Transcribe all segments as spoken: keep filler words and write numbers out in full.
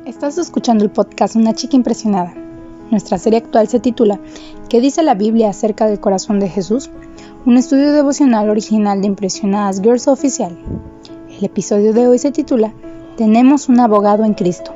Estás escuchando el podcast Una chica impresionada. Nuestra serie actual se titula ¿Qué dice la Biblia acerca del corazón de Jesús? Un estudio devocional original de Impresionadas Girls Oficial. El episodio de hoy se titula Tenemos un abogado en Cristo.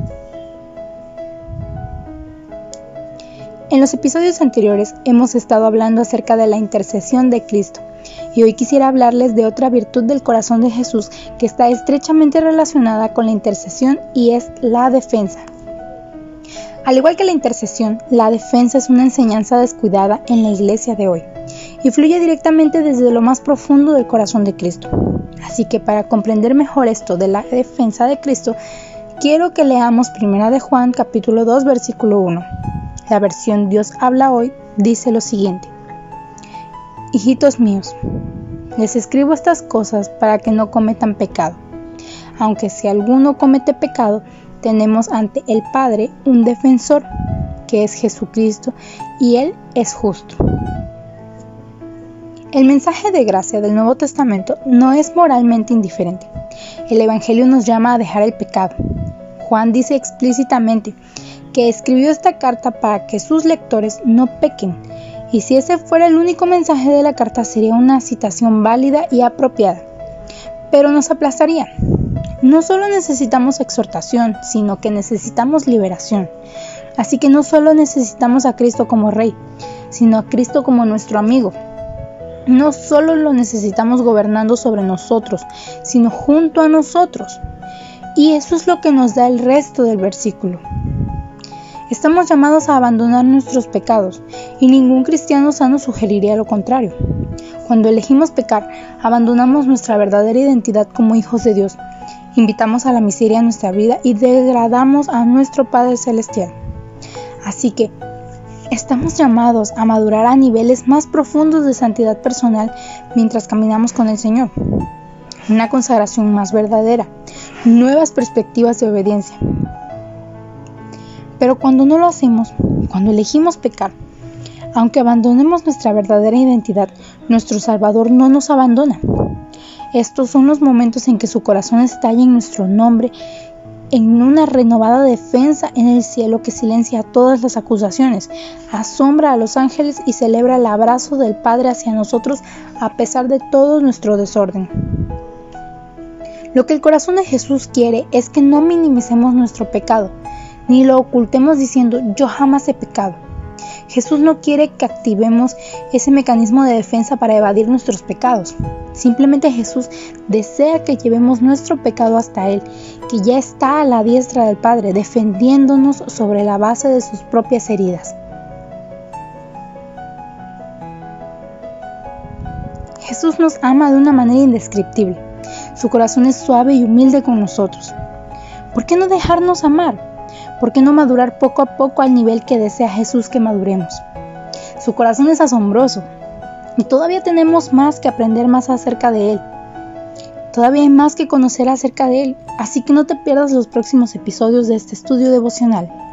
En los episodios anteriores hemos estado hablando acerca de la intercesión de Cristo y hoy quisiera hablarles de otra virtud del corazón de Jesús que está estrechamente relacionada con la intercesión y es la defensa. Al igual que la intercesión, la defensa es una enseñanza descuidada en la iglesia de hoy y fluye directamente desde lo más profundo del corazón de Cristo. Así que para comprender mejor esto de la defensa de Cristo, quiero que leamos primera de Juan capítulo dos versículo uno. La versión Dios habla hoy dice lo siguiente: Hijitos míos, les escribo estas cosas para que no cometan pecado. Aunque si alguno comete pecado, tenemos ante el Padre un defensor, que es Jesucristo, y Él es justo. El mensaje de gracia del Nuevo Testamento no es moralmente indiferente. El Evangelio nos llama a dejar el pecado. Juan dice explícitamente que escribió esta carta para que sus lectores no pequen, y si ese fuera el único mensaje de la carta sería una citación válida y apropiada, pero nos aplastaría. No solo necesitamos exhortación, sino que necesitamos liberación. Así que no solo necesitamos a Cristo como Rey, sino a Cristo como nuestro amigo. No solo lo necesitamos gobernando sobre nosotros, sino junto a nosotros. Y eso es lo que nos da el resto del versículo. Estamos llamados a abandonar nuestros pecados, y ningún cristiano sano sugeriría lo contrario. Cuando elegimos pecar, abandonamos nuestra verdadera identidad como hijos de Dios, invitamos a la miseria en nuestra vida y degradamos a nuestro Padre Celestial. Así que, estamos llamados a madurar a niveles más profundos de santidad personal mientras caminamos con el Señor. Una consagración más verdadera, nuevas perspectivas de obediencia. Pero cuando no lo hacemos, cuando elegimos pecar, aunque abandonemos nuestra verdadera identidad, nuestro Salvador no nos abandona. Estos son los momentos en que su corazón estalla en nuestro nombre, en una renovada defensa en el cielo que silencia todas las acusaciones, asombra a los ángeles y celebra el abrazo del Padre hacia nosotros a pesar de todo nuestro desorden. Lo que el corazón de Jesús quiere es que no minimicemos nuestro pecado, ni lo ocultemos diciendo yo jamás he pecado. Jesús no quiere que activemos ese mecanismo de defensa para evadir nuestros pecados. Simplemente Jesús desea que llevemos nuestro pecado hasta Él, que ya está a la diestra del Padre, defendiéndonos sobre la base de sus propias heridas. Jesús nos ama de una manera indescriptible. Su corazón es suave y humilde con nosotros. ¿Por qué no dejarnos amar? ¿Por qué no madurar poco a poco al nivel que desea Jesús que maduremos? Su corazón es asombroso y todavía tenemos más que aprender más acerca de Él. Todavía hay más que conocer acerca de Él, así que no te pierdas los próximos episodios de este estudio devocional.